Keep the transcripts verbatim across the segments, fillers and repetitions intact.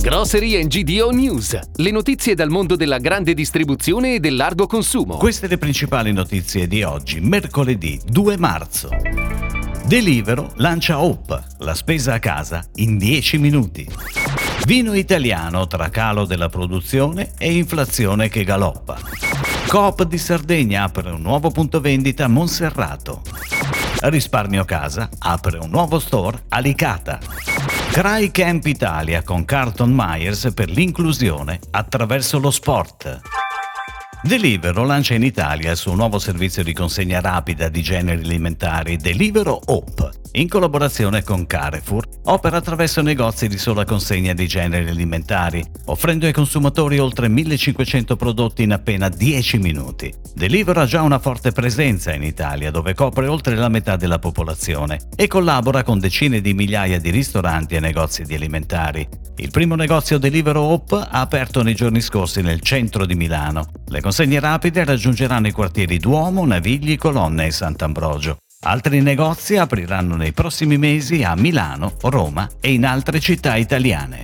Grocery and G D O News, le notizie dal mondo della grande distribuzione e del largo consumo. Queste le principali notizie di oggi, mercoledì due marzo. Deliveroo lancia Hope, la spesa a casa in dieci minuti. Vino italiano tra calo della produzione e inflazione che galoppa. Coop di Sardegna apre un nuovo punto vendita a Monserrato. Risparmio Casa apre un nuovo store a Licata. Cry Camp Italia con Carlton Myers per l'inclusione attraverso lo sport. Deliveroo lancia in Italia il suo nuovo servizio di consegna rapida di generi alimentari Deliveroo Hope. In collaborazione con Carrefour, opera attraverso negozi di sola consegna di generi alimentari, offrendo ai consumatori oltre millecinquecento prodotti in appena dieci minuti. Deliveroo ha già una forte presenza in Italia, dove copre oltre la metà della popolazione e collabora con decine di migliaia di ristoranti e negozi di alimentari. Il primo negozio Deliveroo Hope ha aperto nei giorni scorsi nel centro di Milano. Le consegne rapide raggiungeranno i quartieri Duomo, Navigli, Colonne e Sant'Ambrogio. Altri negozi apriranno nei prossimi mesi a Milano, Roma e in altre città italiane.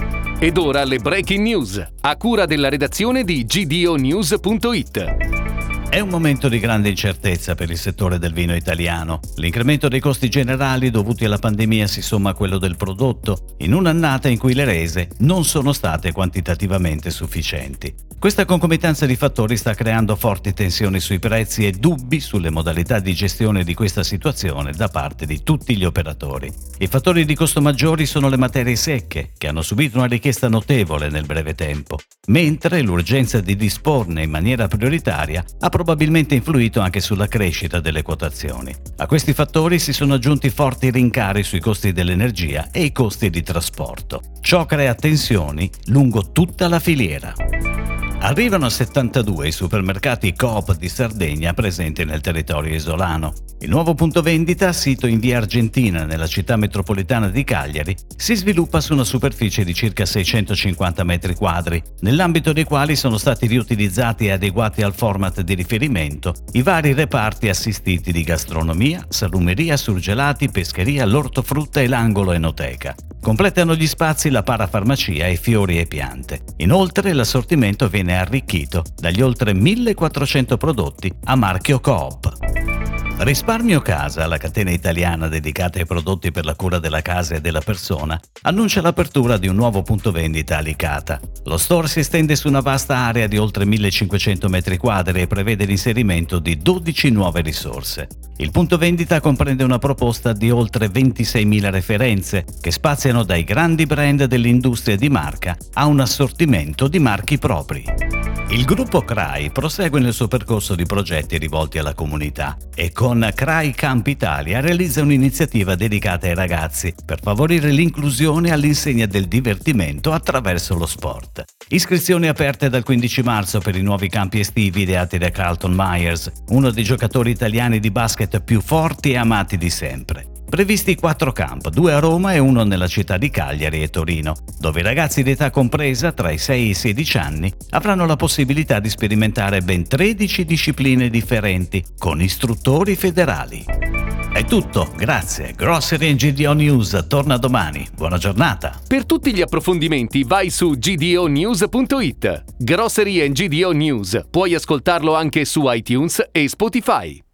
Ed ora le breaking news, a cura della redazione di G D O News punto it. È un momento di grande incertezza per il settore del vino italiano. L'incremento dei costi generali dovuti alla pandemia si somma a quello del prodotto, in un'annata in cui le rese non sono state quantitativamente sufficienti. Questa concomitanza di fattori sta creando forti tensioni sui prezzi e dubbi sulle modalità di gestione di questa situazione da parte di tutti gli operatori. I fattori di costo maggiori sono le materie secche, che hanno subito una richiesta notevole nel breve tempo, mentre l'urgenza di disporne in maniera prioritaria ha probabilmente influito anche sulla crescita delle quotazioni. A questi fattori si sono aggiunti forti rincari sui costi dell'energia e i costi di trasporto. Ciò crea tensioni lungo tutta la filiera. Arrivano a settantadue i supermercati Coop di Sardegna presenti nel territorio isolano. Il nuovo punto vendita, sito in via Argentina nella città metropolitana di Cagliari, si sviluppa su una superficie di circa seicentocinquanta metri quadri, nell'ambito dei quali sono stati riutilizzati e adeguati al format di riferimento i vari reparti assistiti di gastronomia, salumeria, surgelati, pescheria, l'ortofrutta e l'angolo enoteca. Completano gli spazi la parafarmacia e fiori e piante. Inoltre l'assortimento viene arricchito dagli oltre millequattrocento prodotti a marchio Coop. Risparmio Casa, la catena italiana dedicata ai prodotti per la cura della casa e della persona, annuncia l'apertura di un nuovo punto vendita a Licata. Lo store si estende su una vasta area di oltre millecinquecento metri quadri e prevede l'inserimento di dodici nuove risorse. Il punto vendita comprende una proposta di oltre ventiseimila referenze che spaziano dai grandi brand dell'industria di marca a un assortimento di marchi propri. Il gruppo Cry prosegue nel suo percorso di progetti rivolti alla comunità e con Cry Camp Italia realizza un'iniziativa dedicata ai ragazzi per favorire l'inclusione all'insegna del divertimento attraverso lo sport. Iscrizioni aperte dal quindici marzo per i nuovi campi estivi ideati da Carlton Myers, uno dei giocatori italiani di basket più forti e amati di sempre. Previsti quattro camp, due a Roma e uno nella città di Cagliari e Torino, dove i ragazzi di età compresa tra i sei e i sedici anni avranno la possibilità di sperimentare ben tredici discipline differenti con istruttori federali. È tutto, grazie. Grocery and G D O News torna domani. Buona giornata. Per tutti gli approfondimenti vai su G D O News punto it. Grocery and G D O News, puoi ascoltarlo anche su iTunes e Spotify.